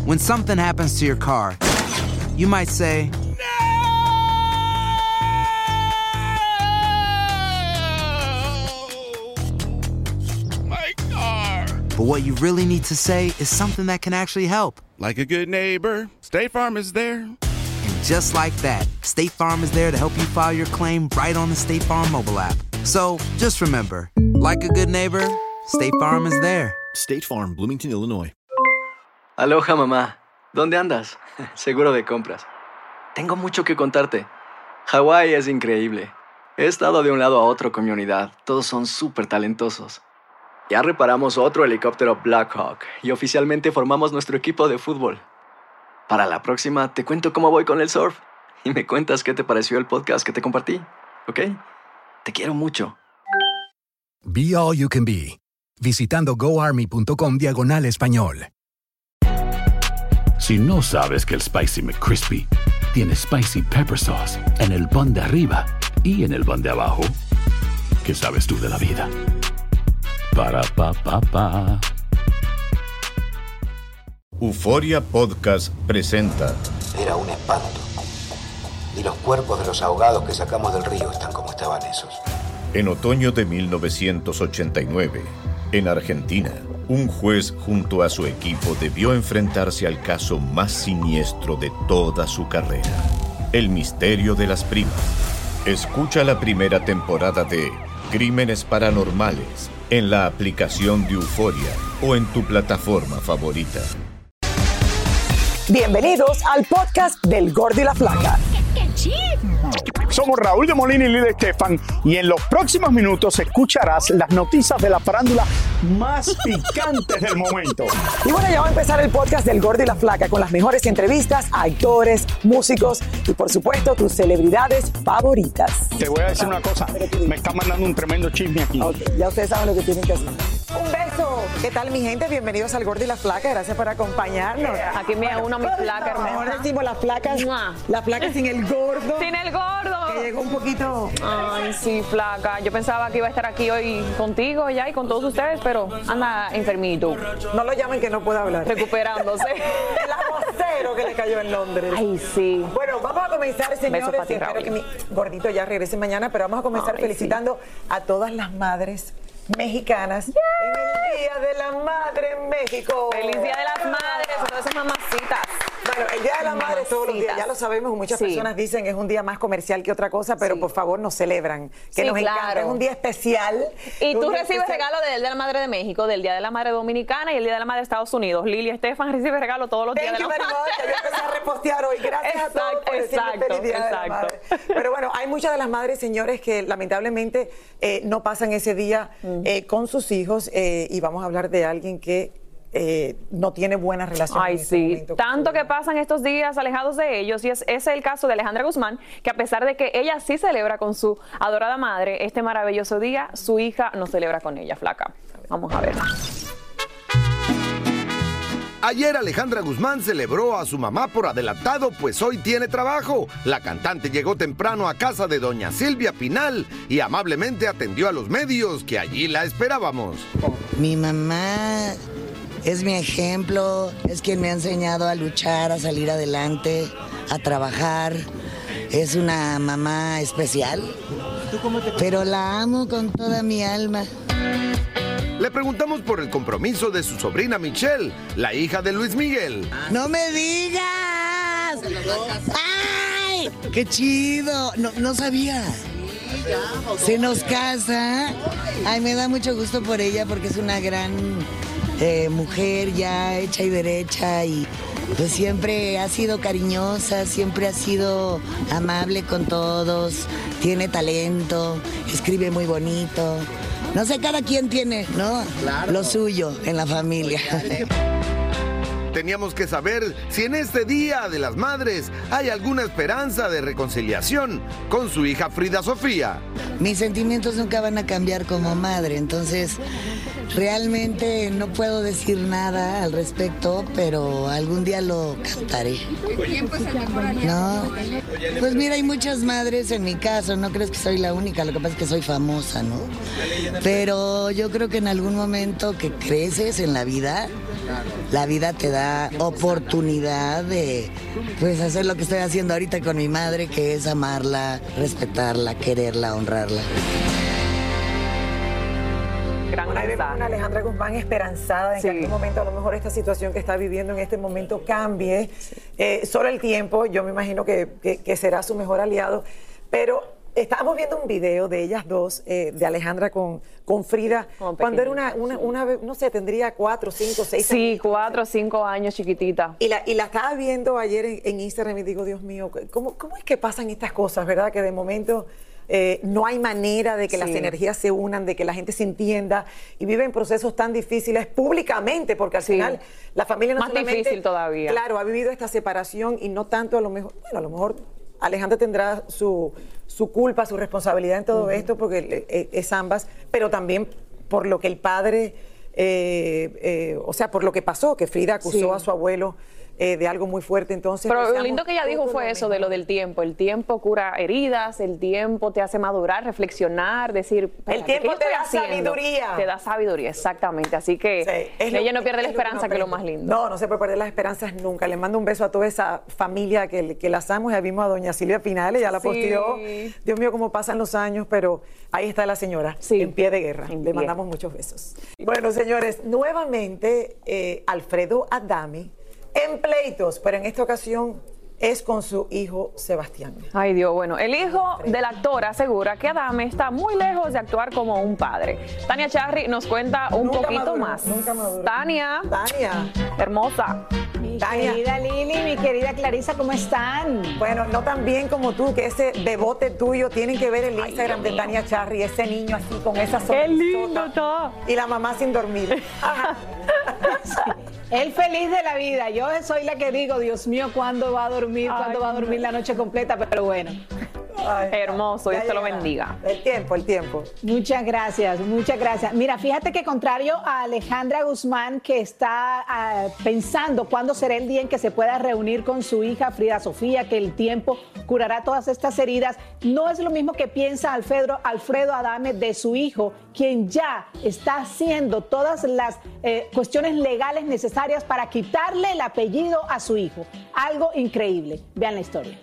When something happens to your car, you might say, My car! but what you really need to say is something that can actually help. Like a good neighbor, State Farm is there. And just like that, State Farm is there to help you file your claim right on the State Farm mobile app. So just remember, like a good neighbor, State Farm is there. State Farm, Bloomington, Illinois. Aloha, mamá. ¿Dónde andas? Seguro de compras. Tengo mucho que contarte. Hawái es increíble. He estado de un lado a otro con mi unidad. Todos son súper talentosos. Ya reparamos otro helicóptero Blackhawk y oficialmente formamos nuestro equipo de fútbol. Para la próxima te cuento cómo voy con el surf y me cuentas qué te pareció el podcast que te compartí, ¿ok? Te quiero mucho. Be All You Can Be, visitando goarmy.com/español. Si no sabes que el Spicy McCrispy tiene Spicy Pepper Sauce en el pan de arriba y en el pan de abajo, ¿qué sabes tú de la vida? Para, pa, pa, pa. Euforia Podcast presenta. Era un espanto. Y los cuerpos de los ahogados que sacamos del río están como estaban esos. En otoño de 1989, en Argentina, un juez junto a su equipo debió enfrentarse al caso más siniestro de toda su carrera: el misterio de las primas. Escucha la primera temporada de Crímenes Paranormales en la aplicación de Euforia o en tu plataforma favorita. Bienvenidos al podcast del Gordo y la Flaca. Somos Raúl de Molina y Lidia Estefan, y en los próximos minutos escucharás las noticias de la farándula más picantes del momento. Y bueno, ya va a empezar el podcast del Gordo y la Flaca con las mejores entrevistas a actores, músicos y por supuesto tus celebridades favoritas. Te voy a decir una cosa, me están mandando un tremendo chisme aquí. Okay, ya ustedes saben lo que tienen que hacer. Un beso. ¿Qué tal, mi gente? Bienvenidos al Gordo y la Flaca. Gracias por acompañarnos. Aquí me uno a mi flaca, hermano. Mejor decimos las flacas sin el gordo. Sin el gordo. Que llegó un poquito. Ay, sí, flaca. Yo pensaba que iba a estar aquí hoy contigo ya y con todos ustedes, pero anda enfermito. No lo llamen que no puede hablar. Recuperándose. El aguacero que le cayó en Londres. Ay, sí. Bueno, vamos a comenzar, señores. Ti, espero que mi gordito ya regrese mañana, pero vamos a comenzar felicitando a todas las madres mexicanas en el Día de la Madre en México. ¡Feliz Día de las Madres! A todas esas mamacitas. Bueno, el Día de la Madre todos los días, ya lo sabemos, muchas personas dicen que es un día más comercial que otra cosa, pero por favor nos celebran, que nos encanta, es un día especial. Y tú recibes regalo del Día de la Madre de México, del Día de la Madre Dominicana y el Día de la Madre de Estados Unidos. Lilia Estefan recibe regalo todos los días de la madre. Yo empecé a repostear hoy, gracias a todos por decirme feliz Día de la Madre. Pero bueno, hay muchas de las madres, señores, que lamentablemente no pasan ese día con sus hijos, y vamos a hablar de alguien que no tiene buena relación. Ay, sí, tanto que pasan estos días alejados de ellos, y es el caso de Alejandra Guzmán, que a pesar de que ella sí celebra con su adorada madre este maravilloso día, su hija no celebra con ella, flaca. Vamos a ver. Ayer Alejandra Guzmán celebró a su mamá por adelantado, pues hoy tiene trabajo. La cantante llegó temprano a casa de doña Silvia Pinal y amablemente atendió a los medios que allí la esperábamos. Mi mamá es mi ejemplo, es quien me ha enseñado a luchar, a salir adelante, a trabajar. Es una mamá especial, pero la amo con toda mi alma. Le preguntamos por el compromiso de su sobrina Michelle, la hija de Luis Miguel. ¡No me digas! ¡Ay! ¡Qué chido! No sabía. Se nos casa. Ay, me da mucho gusto por ella porque es una gran mujer ya hecha y derecha, y pues siempre ha sido cariñosa, siempre ha sido amable con todos, tiene talento, escribe muy bonito. No sé, cada quien tiene, ¿no? Claro. Lo suyo en la familia. Teníamos que saber si en este Día de las Madres hay alguna esperanza de reconciliación con su hija Frida Sofía. Mis sentimientos nunca van a cambiar como madre, entonces realmente no puedo decir nada al respecto, pero algún día lo cantaré. No, Pues mira, hay muchas madres en mi caso, no crees que soy la única, lo que pasa es que soy famosa, ¿no? Pero yo creo que en algún momento que creces en la vida te da oportunidad de pues hacer lo que estoy haciendo ahorita con mi madre, que es amarla, respetarla, quererla, honrarla. Ahí vemos a una Alejandra Guzmán esperanzada en que en algún momento a lo mejor esta situación que está viviendo en este momento cambie. Solo el tiempo, yo me imagino que será su mejor aliado. Pero estábamos viendo un video de ellas dos, de Alejandra con Frida, cuando era una, no sé, tendría 4, 5, 6 años. Sí, 4 o 5 años, chiquitita. Y la estaba viendo ayer en Instagram y digo, Dios mío, ¿cómo es que pasan estas cosas, verdad? Que de momento... no hay manera de que las energías se unan, de que la gente se entienda y viven procesos tan difíciles públicamente, porque al final la familia no más solamente... difícil todavía. Claro, ha vivido esta separación y no tanto a lo mejor... Bueno, a lo mejor Alejandra tendrá su culpa, su responsabilidad en todo esto, porque es ambas, pero también por lo que el padre... o sea, por lo que pasó, que Frida acusó a su abuelo de algo muy fuerte, entonces... Pero lo lindo que ella dijo fue eso, de lo del tiempo. El tiempo cura heridas, el tiempo te hace madurar, reflexionar, decir... El tiempo te da sabiduría. Te da sabiduría, exactamente. Así que ella no pierde la esperanza, que es lo más lindo. No se puede perder las esperanzas nunca. Le mando un beso a toda esa familia que las amo. Ya vimos a doña Silvia Pinal, ella la posteó. Dios mío, cómo pasan los años, pero ahí está la señora, en pie de guerra. Le mandamos muchos besos. Bueno, señores, nuevamente Alfredo Adame en pleitos, pero en esta ocasión es con su hijo Sebastián. Ay, Dios, bueno, el hijo del actor asegura que Adame está muy lejos de actuar como un padre. Tania Charry nos cuenta un poquito más. Nunca maduró. Tania, hermosa. Mi querida Lili, mi querida Clarisa, ¿cómo están? Bueno, no tan bien como tú, que ese bebote tuyo, tienen que ver el Instagram de Tania Charry, ese niño así con esa sonrisa. ¡Qué lindo está! Y la mamá sin dormir. Él feliz de la vida. Yo soy la que digo, Dios mío, ¿cuándo va a dormir? ¿Cuándo va a dormir la noche completa? Pero bueno. Hermoso, Dios te lo bendiga. El tiempo. Muchas gracias, muchas gracias. Mira, fíjate que contrario a Alejandra Guzmán, que está pensando cuándo será el día en que se pueda reunir con su hija Frida Sofía, que el tiempo curará todas estas heridas, no es lo mismo que piensa Alfredo Adame de su hijo, quien ya está haciendo todas las cuestiones legales necesarias para quitarle el apellido a su hijo. Algo increíble. Vean la historia.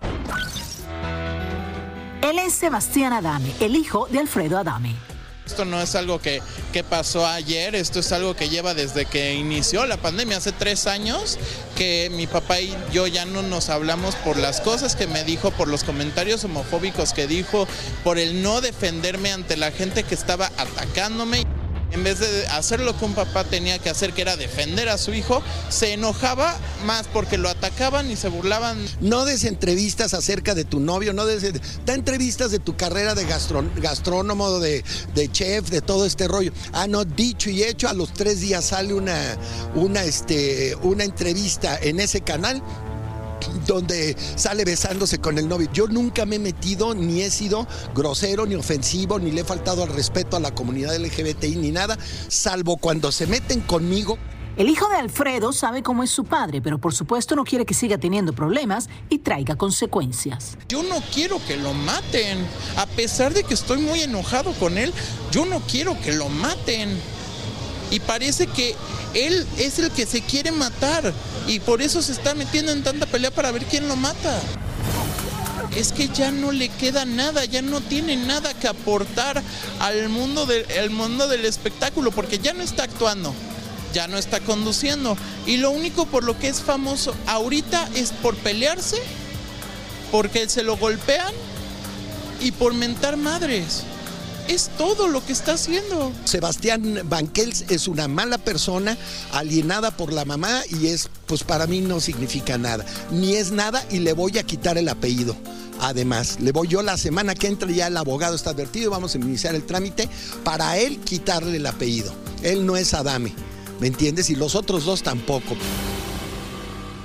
Él es Sebastián Adame, el hijo de Alfredo Adame. Esto no es algo que pasó ayer, esto es algo que lleva desde que inició la pandemia, hace 3 años, que mi papá y yo ya no nos hablamos por las cosas que me dijo, por los comentarios homofóbicos que dijo, por el no defenderme ante la gente que estaba atacándome. En vez de hacer lo que un papá tenía que hacer, que era defender a su hijo, se enojaba más porque lo atacaban y se burlaban. No des entrevistas acerca de tu novio, da entrevistas de tu carrera de gastrónomo, de chef, de todo este rollo. No, dicho y hecho, a los 3 días sale una entrevista en ese canal donde sale besándose con el novio. Yo nunca me he metido, ni he sido grosero, ni ofensivo, ni le he faltado al respeto a la comunidad LGBTI, ni nada, salvo cuando se meten conmigo. El hijo de Alfredo sabe cómo es su padre, pero por supuesto no quiere que siga teniendo problemas y traiga consecuencias. Yo no quiero que lo maten, a pesar de que estoy muy enojado con él, yo no quiero que lo maten. Y parece que él es el que se quiere matar y por eso se está metiendo en tanta pelea para ver quién lo mata. Es que ya no le queda nada, ya no tiene nada que aportar al mundo del espectáculo, porque ya no está actuando, ya no está conduciendo. Y lo único por lo que es famoso ahorita es por pelearse, porque se lo golpean y por mentar madres. Es todo lo que está haciendo. Sebastián Banquels es una mala persona, alienada por la mamá, y pues para mí no significa nada. Ni es nada, y le voy a quitar el apellido. Además, le voy yo la semana que entra, ya el abogado está advertido, vamos a iniciar el trámite para él quitarle el apellido. Él no es Adame, ¿me entiendes? Y los otros 2 tampoco.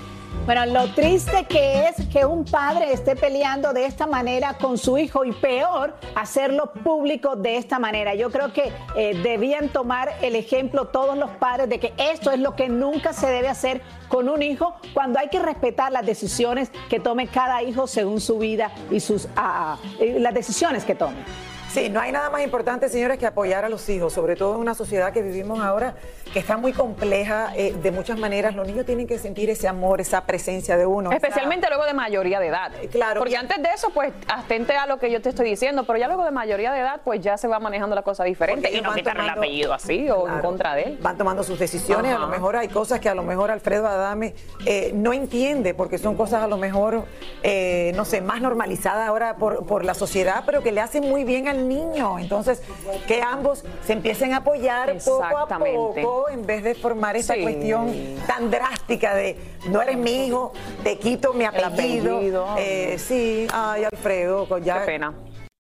Bueno, lo triste que es que un padre esté peleando de esta manera con su hijo y peor, hacerlo público de esta manera. Yo creo que debían tomar el ejemplo todos los padres de que esto es lo que nunca se debe hacer con un hijo, cuando hay que respetar las decisiones que tome cada hijo según su vida y las decisiones que tome. Sí, no hay nada más importante, señores, que apoyar a los hijos, sobre todo en una sociedad que vivimos ahora, que está muy compleja de muchas maneras. Los niños tienen que sentir ese amor, esa presencia de uno. Especialmente luego de mayoría de edad. Claro. Porque antes de eso, pues, atente a lo que yo te estoy diciendo, pero ya luego de mayoría de edad, pues ya se va manejando la cosa diferente. Y no quitar el apellido así o en contra de él. Van tomando sus decisiones. Ajá. A lo mejor hay cosas que a lo mejor Alfredo Adame no entiende, porque son cosas a lo mejor, no sé, más normalizadas ahora por la sociedad, pero que le hacen muy bien al niño. Entonces, que ambos se empiecen a apoyar poco a poco en vez de formar esta cuestión tan drástica de no eres mi hijo, te quito mi apellido. Sí, ay, Alfredo, ya. Qué pena.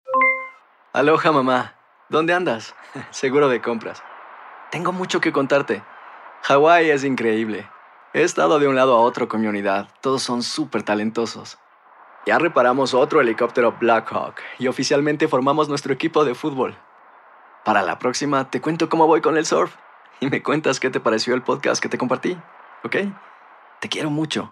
Aloha, mamá. ¿Dónde andas? Seguro de compras. Tengo mucho que contarte. Hawái es increíble. He estado de un lado a otro con mi unidad. Todos son súper talentosos. Ya reparamos otro helicóptero Blackhawk y oficialmente formamos nuestro equipo de fútbol. Para la próxima te cuento cómo voy con el surf y me cuentas qué te pareció el podcast que te compartí, ¿ok? Te quiero mucho.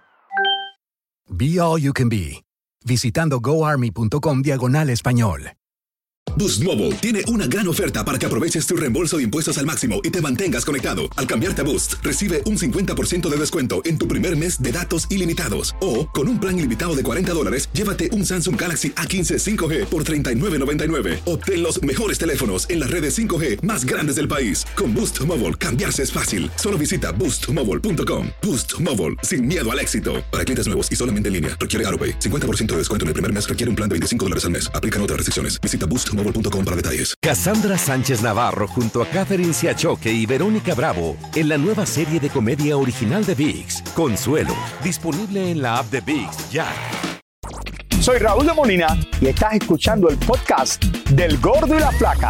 Be All You Can Be, visitando goarmy.com/español. Boost Mobile tiene una gran oferta para que aproveches tu reembolso de impuestos al máximo y te mantengas conectado. Al cambiarte a Boost, recibe un 50% de descuento en tu primer mes de datos ilimitados. O, con un plan ilimitado de $40, llévate un Samsung Galaxy A15 5G por $39.99. Obtén los mejores teléfonos en las redes 5G más grandes del país. Con Boost Mobile, cambiarse es fácil. Solo visita boostmobile.com. Boost Mobile, sin miedo al éxito. Para clientes nuevos y solamente en línea, requiere AutoPay. 50% de descuento en el primer mes requiere un plan de $25 al mes. Aplican otras restricciones. Visita boostmobile.com para detalles. Cassandra Sánchez Navarro junto a Catherine Siachoque y Verónica Bravo en la nueva serie de comedia original de ViX, Consuelo, disponible en la app de ViX ya. Soy Raúl de Molina y estás escuchando el podcast del Gordo y la Flaca.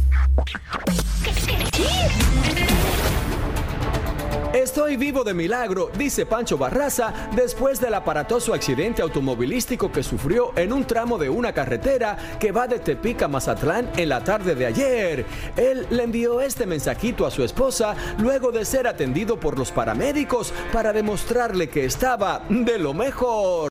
Estoy vivo de milagro, dice Pancho Barraza, después del aparatoso accidente automovilístico que sufrió en un tramo de una carretera que va de Tepic a Mazatlán en la tarde de ayer. Él le envió este mensajito a su esposa luego de ser atendido por los paramédicos para demostrarle que estaba de lo mejor.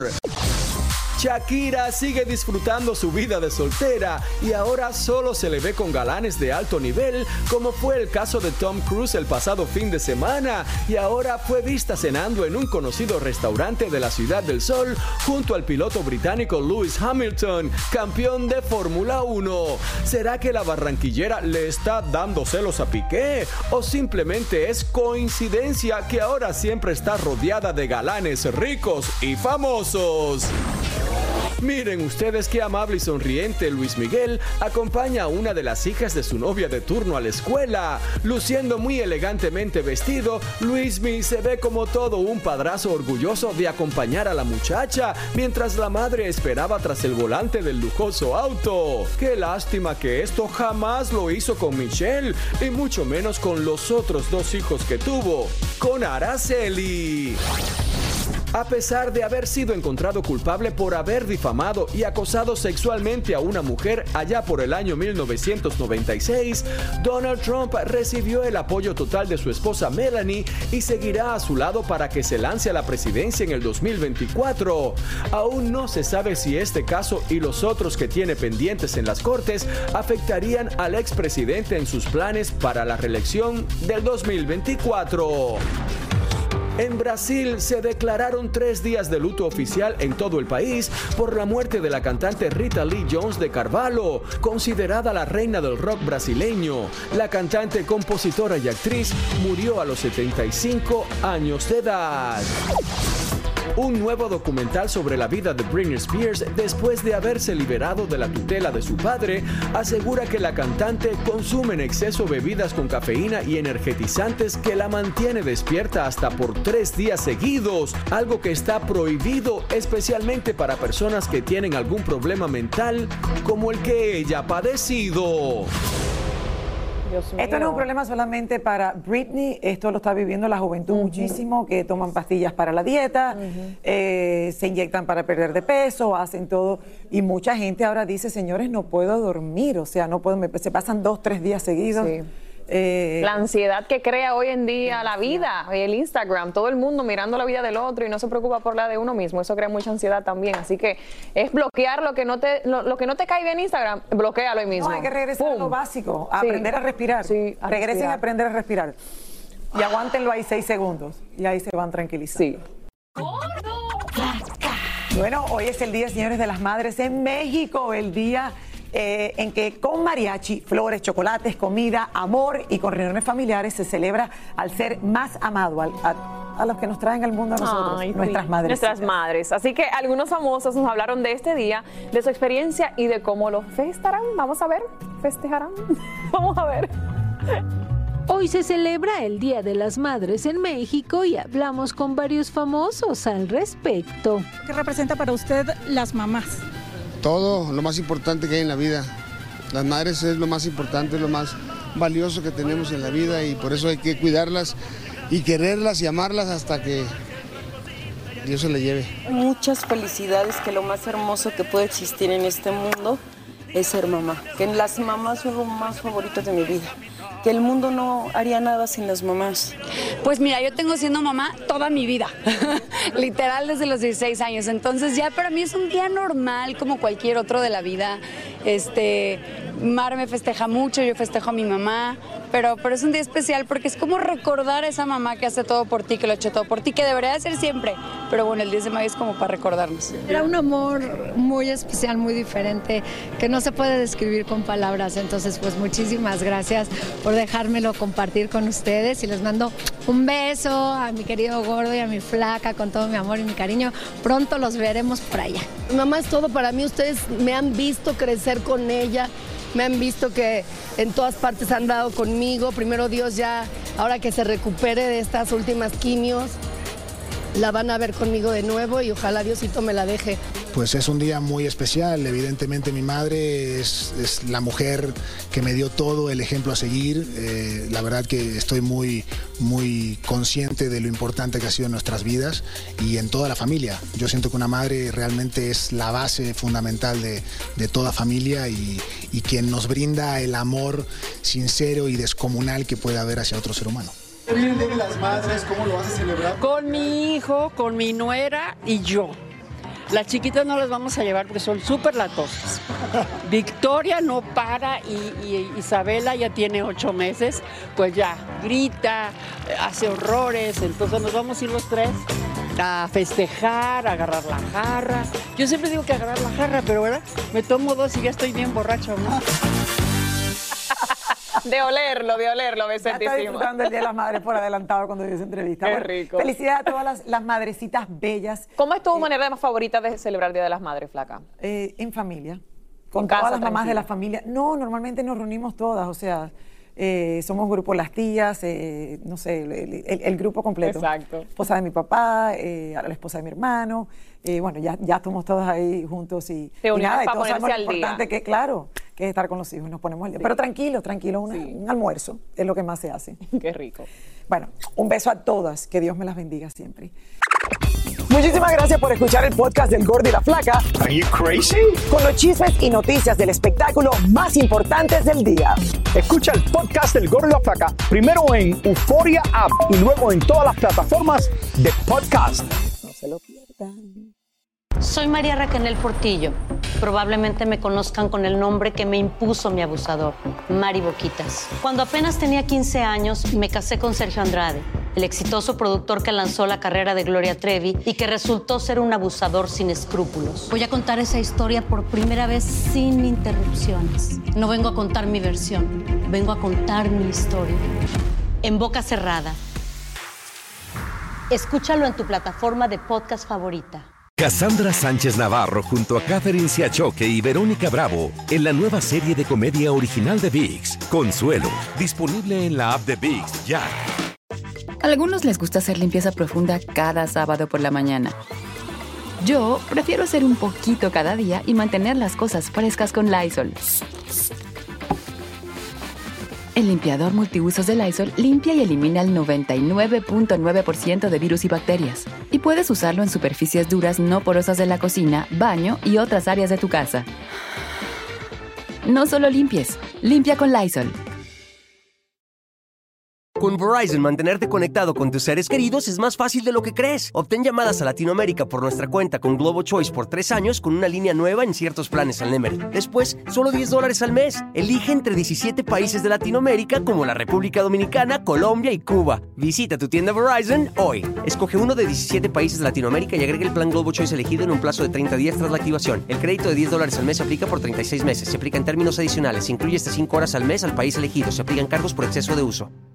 Shakira sigue disfrutando su vida de soltera y ahora solo se le ve con galanes de alto nivel, como fue el caso de Tom Cruise el pasado fin de semana, y ahora fue vista cenando en un conocido restaurante de la Ciudad del Sol junto al piloto británico Lewis Hamilton, campeón de Fórmula 1. ¿Será que la barranquillera le está dando celos a Piqué? ¿O simplemente es coincidencia que ahora siempre está rodeada de galanes ricos y famosos? Miren ustedes qué amable y sonriente Luis Miguel acompaña a una de las hijas de su novia de turno a la escuela. Luciendo muy elegantemente vestido, Luismi se ve como todo un padrazo orgulloso de acompañar a la muchacha mientras la madre esperaba tras el volante del lujoso auto. Qué lástima que esto jamás lo hizo con Michelle y mucho menos con los otros dos hijos que tuvo, con Araceli. A pesar de haber sido encontrado culpable por haber difamado y acosado sexualmente a una mujer allá por el año 1996, Donald Trump recibió el apoyo total de su esposa Melanie y seguirá a su lado para que se lance a la presidencia en el 2024. Aún no se sabe si este caso y los otros que tiene pendientes en las cortes afectarían al expresidente en sus planes para la reelección del 2024. En Brasil se declararon 3 días de luto oficial en todo el país por la muerte de la cantante Rita Lee Jones de Carvalho, considerada la reina del rock brasileño. La cantante, compositora y actriz murió a los 75 años de edad. Un nuevo documental sobre la vida de Britney Spears después de haberse liberado de la tutela de su padre asegura que la cantante consume en exceso bebidas con cafeína y energetizantes que la mantiene despierta hasta por 3 días seguidos, algo que está prohibido especialmente para personas que tienen algún problema mental como el que ella ha padecido. Dios mío. Esto no es un problema solamente para Britney, esto lo está viviendo la juventud muchísimo, que toman pastillas para la dieta, se inyectan para perder de peso, hacen todo. Y mucha gente ahora dice, señores, no puedo dormir, o sea, no puedo, se pasan 2-3 días seguidos. Sí. La ansiedad que crea hoy en día la vida, el Instagram, todo el mundo mirando la vida del otro y no se preocupa por la de uno mismo, eso crea mucha ansiedad también, así que es bloquear lo que no te cae bien en Instagram, bloquealo ahí mismo. No, hay que regresar a lo básico, a aprender a respirar. Sí, regresen a aprender a respirar y aguántenlo ahí 6 segundos y ahí se van tranquilizando. Sí. Bueno, hoy es el día, señores, de las madres en México, el día en que con mariachi, flores, chocolates, comida, amor y con reuniones familiares se celebra al ser más amado, a los que nos traen al mundo a nosotros, nuestras madres. Nuestras madres. Así que algunos famosos nos hablaron de este día, de su experiencia y de cómo lo festejarán. Vamos a ver, festejarán. Vamos a ver. Hoy se celebra el Día de las Madres en México y hablamos con varios famosos al respecto. ¿Qué representa para usted las mamás? Todo, lo más importante que hay en la vida. Las madres es lo más importante, lo más valioso que tenemos en la vida y por eso hay que cuidarlas y quererlas y amarlas hasta que Dios se la lleve. Muchas felicidades, que lo más hermoso que puede existir en este mundo es ser mamá. Que las mamás son lo más favorito de mi vida. Que el mundo no haría nada sin las mamás. Pues mira, yo tengo siendo mamá toda mi vida, literal desde los 16 años, entonces ya para mí es un día normal como cualquier otro de la vida. Mar me festeja mucho, yo festejo a mi mamá, pero es un día especial porque es como recordar a esa mamá que hace todo por ti, que lo ha hecho todo por ti, que debería de ser siempre, pero bueno, el 10 de mayo es como para recordarnos. Era un amor muy especial, muy diferente, que no se puede describir con palabras, entonces pues muchísimas gracias por dejármelo compartir con ustedes y les mando un beso a mi querido gordo y a mi flaca con todo mi amor y mi cariño. Pronto los veremos por allá. Mi mamá es todo para mí, ustedes me han visto crecer con ella, me han visto que en todas partes han dado conmigo. Primero Dios, ya ahora que se recupere de estas últimas quimios, la van a ver conmigo de nuevo y ojalá Diosito me la deje. Pues es un día muy especial, evidentemente mi madre es la mujer que me dio todo el ejemplo a seguir, la verdad que estoy muy consciente de lo importante que ha sido en nuestras vidas y en toda la familia. Yo siento que una madre realmente es la base fundamental de toda familia y quien nos brinda el amor sincero y descomunal que puede haber hacia otro ser humano. ¿Viene el Día de las Madres? ¿Cómo lo vas a celebrar? Con mi hijo, con mi nuera y yo. Las chiquitas no las vamos a llevar porque son súper latosas. Victoria no para y Isabela ya tiene 8 meses, pues ya grita, hace horrores, entonces nos vamos a ir los 3 a festejar, a agarrar la jarra. Yo siempre digo que agarrar la jarra, pero ¿verdad? Me tomo 2 y ya estoy bien borracho, ¿no? De olerlo, me sentí. Está disfrutando el Día de las Madres por adelantado cuando dio esa entrevista. Qué rico. Felicidades a todas las madrecitas bellas. ¿Cómo es tu manera más favorita de celebrar el Día de las Madres, flaca? En familia. Con todas las mamás de la familia. No, normalmente nos reunimos todas, o sea, somos grupo las tías, no sé, el grupo completo. Exacto. Esposa de mi papá, la esposa de mi hermano. Bueno, ya estamos todos ahí juntos y nada, y todos sabemos lo importante que, claro, que es estar con los hijos, nos ponemos al día. Pero tranquilo, un almuerzo es lo que más se hace. Qué rico. Bueno, un beso a todas, que Dios me las bendiga siempre. Muchísimas gracias por escuchar el podcast del Gordo y la Flaca. Are you crazy? Con los chismes y noticias del espectáculo más importantes del día. Escucha el podcast del Gordo y la Flaca primero en Euphoria App y luego en todas las plataformas de podcast. No se lo pierdan. Soy María Raquel Portillo. Probablemente me conozcan con el nombre que me impuso mi abusador, Mari Boquitas. Cuando apenas tenía 15 años, me casé con Sergio Andrade, el exitoso productor que lanzó la carrera de Gloria Trevi y que resultó ser un abusador sin escrúpulos. Voy a contar esa historia por primera vez sin interrupciones. No vengo a contar mi versión, vengo a contar mi historia. En boca cerrada. Escúchalo en tu plataforma de podcast favorita. Cassandra Sánchez Navarro junto a Catherine Siachoque y Verónica Bravo en la nueva serie de comedia original de ViX, Consuelo, disponible en la app de ViX ya. A algunos les gusta hacer limpieza profunda cada sábado por la mañana. Yo prefiero hacer un poquito cada día y mantener las cosas frescas con Lysol. El limpiador multiusos de Lysol limpia y elimina el 99.9% de virus y bacterias. Y puedes usarlo en superficies duras no porosas de la cocina, baño y otras áreas de tu casa. No solo limpies, limpia con Lysol. Con Verizon, mantenerte conectado con tus seres queridos es más fácil de lo que crees. Obtén llamadas a Latinoamérica por nuestra cuenta con Globo Choice por 3 años con una línea nueva en ciertos planes al Nemer. Después, solo $10 al mes. Elige entre 17 países de Latinoamérica como la República Dominicana, Colombia y Cuba. Visita tu tienda Verizon hoy. Escoge uno de 17 países de Latinoamérica y agrega el plan Globo Choice elegido en un plazo de 30 días tras la activación. El crédito de $10 al mes se aplica por 36 meses. Se aplica en términos adicionales. Se incluye hasta 5 horas al mes al país elegido. Se aplican cargos por exceso de uso.